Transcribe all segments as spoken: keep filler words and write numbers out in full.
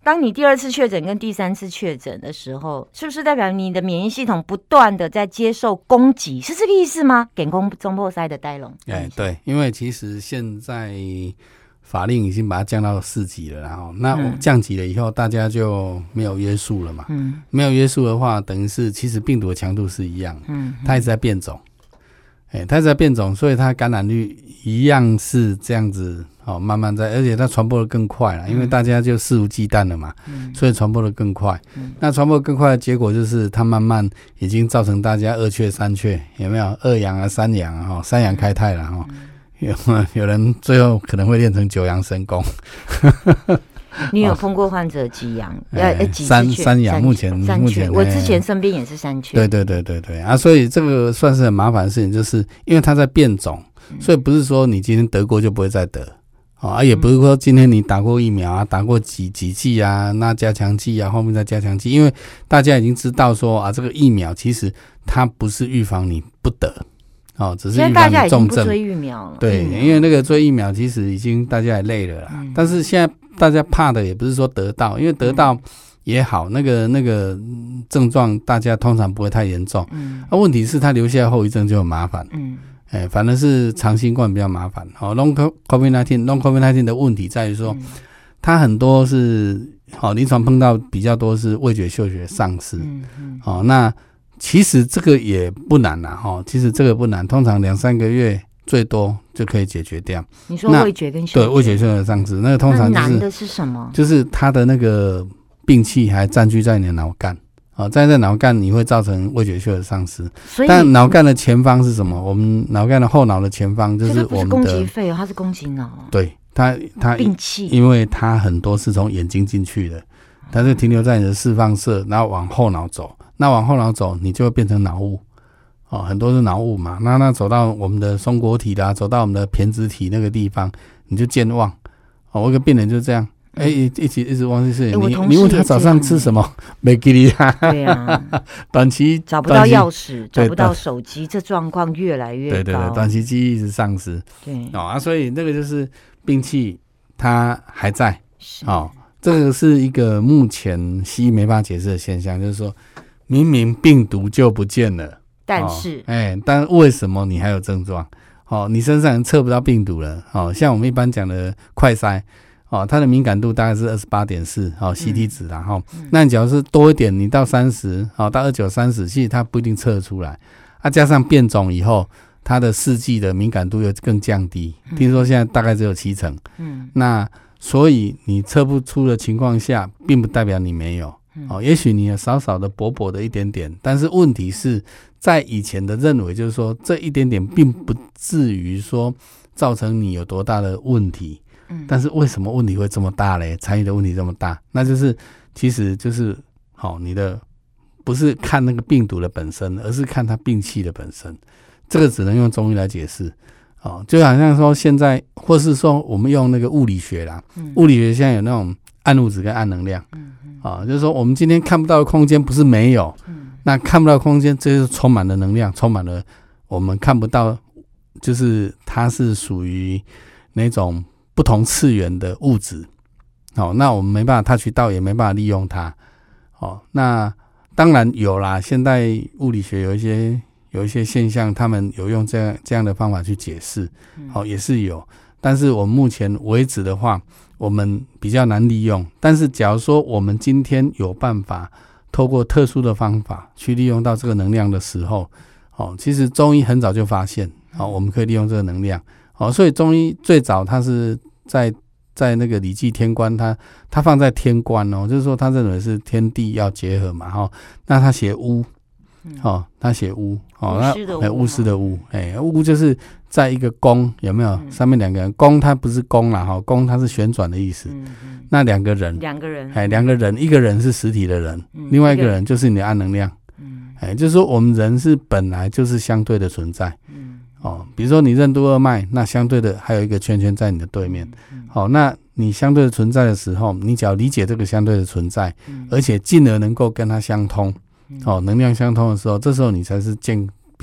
当你第二次确诊跟第三次确诊的时候，是不是代表你的免疫系统不断的在接受攻击？是这个意思吗？给攻中破塞的带龙。 哎，对，因为其实现在法令已经把它降到四级了，然后那降级了以后，大家就没有约束了嘛。嗯，没有约束的话，等于是其实病毒的强度是一样的，嗯，它一直在变种，哎，它一直在变种，所以它感染率一样是这样子。哦，慢慢在，而且它传播的更快了，因为大家就肆无忌惮了嘛，嗯、所以传播的更快。嗯、那传播更快的结果就是，它慢慢已经造成大家二确三确，有没有二阳啊、三阳啊、三阳开泰了哈？有有人最后可能会练成九阳神功。 你有碰过患者几阳？呃、欸，几三三阳，目前目前我之前身边也是三确。 对对对对对啊，所以这个算是很麻烦的事情，就是因为它在变种，所以不是说你今天得过就不会再得。啊，也不是说今天你打过疫苗啊，打过几几剂啊，那加强剂啊，后面再加强剂，因为大家已经知道说啊，这个疫苗其实它不是预防你不得，哦，只是预防你重症。现在大家已经不追疫苗了。对，因为那个追疫苗其实已经大家也累了啦。嗯、但是现在大家怕的也不是说得到，因为得到也好，那个那个症状大家通常不会太严重。嗯。那、啊、问题是它留下后遗症就很麻烦。嗯。哎，反正是长新冠比较麻烦。好 ，Long COVID 十九 Long COVID 十九 的问题在于说，嗯、它很多是好临床碰到比较多是味觉嗅觉丧失。嗯嗯。好，那其实这个也不难啦，哈，其实这个不难，通常两三个月最多就可以解决掉。 你说味觉跟嗅觉？ 对，味觉嗅觉丧失，那个通常就是难的是什么？ 就是它的那个病气还占据在你的脑干。哦，在这脑干你会造成味觉嗅觉丧失，但脑干的前方是什么？我们脑干的后脑的前方就是我们的攻击肺哦，它是攻击脑。 对，它它病气， 因为它很多是从眼睛进去的，它就停留在你的视放射，然后往后脑走，那往后脑走，你就会变成脑雾。哦，很多是脑雾嘛，那那走到我们的松果体啦，走到我们的胼胝体那个地方，你就健忘。哦，我一个病人就是这样。哎、欸，一直一直忘记事情。你你问他早上吃什么？没给你啊。对啊，短期找不到钥匙，找不到手机，这状况越来越高。 对对对，短期记忆一直丧失。 对哦啊，所以那个就是病气它还在。哦，这个是一个目前西医没办法解释的现象，就是说明明病毒就不见了， 但是哎、哦欸，但为什么你还有症状？哦，你身上测不到病毒了。哦，像我们一般讲的快筛。哦，它的敏感度大概是 二十八点四 哦 C T 值啦齁、嗯、那你假如是多一点，你到三十哦到二十九 三十，其实它不一定测得出来啊，加上变种以后它的试剂的敏感度又更降低，听说现在大概只有七成。嗯，那所以你测不出的情况下并不代表你没有哦，也许你有少少的薄薄的一点点，但是问题是在以前的认为就是说这一点点并不至于说造成你有多大的问题。但是为什么问题会这么大嘞？参与的问题这么大，那就是其实就是好、哦，你的不是看那个病毒的本身，而是看它病气的本身。这个只能用中医来解释。哦，就好像说现在，或是说我们用那个物理学啦，嗯、物理学现在有那种暗物质跟暗能量。嗯嗯哦、就是说我们今天看不到的空间不是没有，嗯、那看不到的空间，这就是充满了能量，充满了我们看不到，就是它是属于那种不同次元的物质，哦，那我们没办法 touch 到，也没办法利用它，哦，那当然有啦，现代物理学有一些有一些现象，他们有用这样这样的方法去解释，哦，也是有，但是我们目前为止的话，我们比较难利用。但是假如说我们今天有办法透过特殊的方法去利用到这个能量的时候，哦，其实中医很早就发现，哦，我们可以利用这个能量。哦，所以中医最早它是在在那个《礼记·天官》，它它放在天官哦，就是说他认为是天地要结合嘛，哈、哦，那他写巫，哦，他写巫，哦，那巫师的巫，哎，巫就是在一个宫有没有？嗯、上面两个人，宫它不是宫啦，哈，宫它是旋转的意思。嗯嗯、那两个人， 两个人， 哎，两个人，一个人是实体的人，嗯、另外一个人就是你的暗能量。嗯，哎，就是说我们人是本来就是相对的存在。嗯。哦，比如说你任督二脉，那相对的还有一个圈圈在你的对面。好、哦，那你相对的存在的时候，你只要理解这个相对的存在，而且进而能够跟它相通，哦，能量相通的时候，这时候你才是健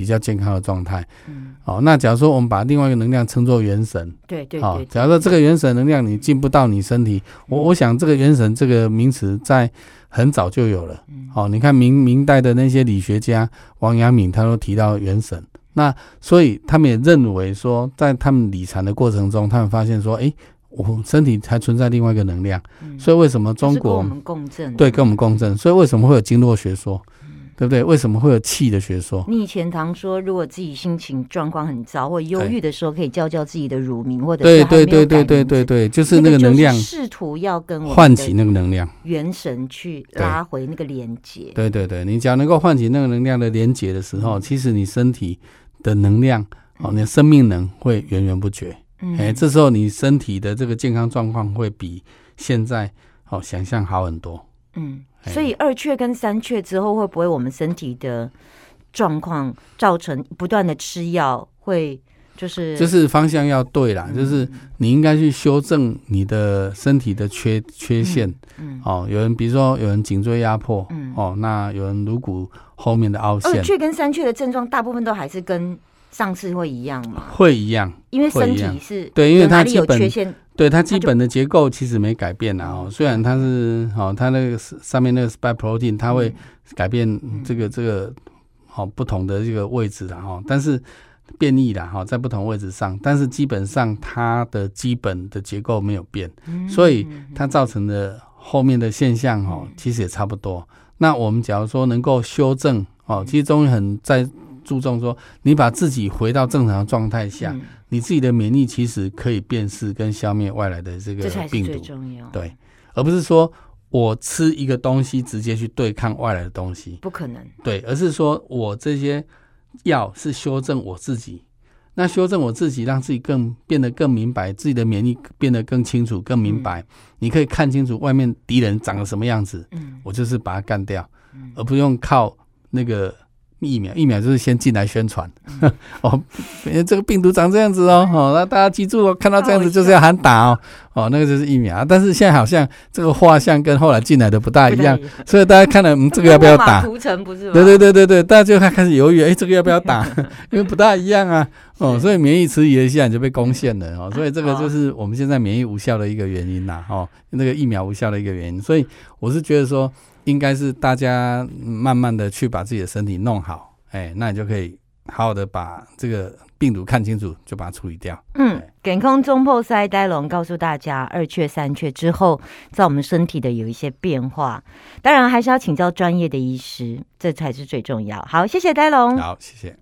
比较健康的状态。 嗯， 哦，那假如说我们把另外一个能量称作元神， 对对对， 哦，假如说这个元神能量你进不到你身体，我我想这个元神这个名词在很早就有了。 嗯， 哦，你看明明代的那些理学家王阳明他都提到元神，那所以他们也认为说，在他们理禅的过程中，他们发现说，哎，我身体还存在另外一个能量， 嗯， 所以为什么中国跟我们共振？ 对跟我们共振？所以为什么会有经络学说？对不对？为什么会有气的学说？ 你以前常说，如果自己心情状况很糟或忧郁的时候，可以叫叫自己的乳名，或者是对对对对对对对，就是那个能量， 试图要跟我唤起那个能量， 元神去拉回那个连接。 对对对，你只要能够唤起那个能量的连接的时候，其实你身体的能量，哦，你的生命能会源源不绝。嗯，哎，这时候你身体的这个健康状况会比现在哦想象好很多。 嗯。所以二确跟三确之后，会不会我们身体的状况造成不断的吃药，会就是就是方向要对啦，嗯，就是你应该去修正你的身体的缺缺陷。嗯，嗯哦，有人比如说有人颈椎压迫，嗯，哦，那有人颅骨后面的凹陷。 二确跟三确的症状大部分都还是跟上次会一样吗？ 会一样， 因为身体是对，因为它基本缺陷。 对它基本的结构其实没改变啦，哦，虽然它是哦，它那个上面那个 spike protein 它会改变这个这个哦不同的这个位置啦，哦，但是变异啦，哈，在不同位置上，但是基本上它的基本的结构没有变，所以它造成的后面的现象哦，其实也差不多。那我们假如说能够修正哦，其实中医很在注重说，你把自己回到正常的状态下。嗯，你自己的免疫其实可以辨识跟消灭外来的这个病毒，这才是最重要。对，而不是说我吃一个东西直接去对抗外来的东西， 不可能。 对，而是说我这些药是修正我自己，那修正我自己，让自己更变得更明白，自己的免疫变得更清楚、更明白。嗯，你可以看清楚外面敌人长得什么样子，嗯，我就是把它干掉，嗯，而不用靠那个。疫苗，疫苗就是先进来宣传，嗯，哦，这个病毒长这样子哦，哦，那大家记住哦，看到这样子就是要喊打哦，哦，那个就是疫苗。但是现在好像这个画像跟后来进来的不大一样，所以大家看了，嗯，这个要不要打？ 图层不是吗？ 对对对对对，大家就开始犹豫，哎，这个要不要打？因为不大一样啊，哦，所以免疫迟疑了一下你就被攻陷了哦，所以这个就是我们现在免疫无效的一个原因啦，哦，那个疫苗无效的一个原因。所以我是觉得说。应该是大家慢慢的去把自己的身体弄好，哎，那你就可以好好的把这个病毒看清楚，就把它处理掉。 嗯，健康中破塞呆龙告诉大家，二确三确之后，在我们身体的有一些变化，当然还是要请教专业的医师，这才是最重要。好，谢谢呆龙。 好，谢谢。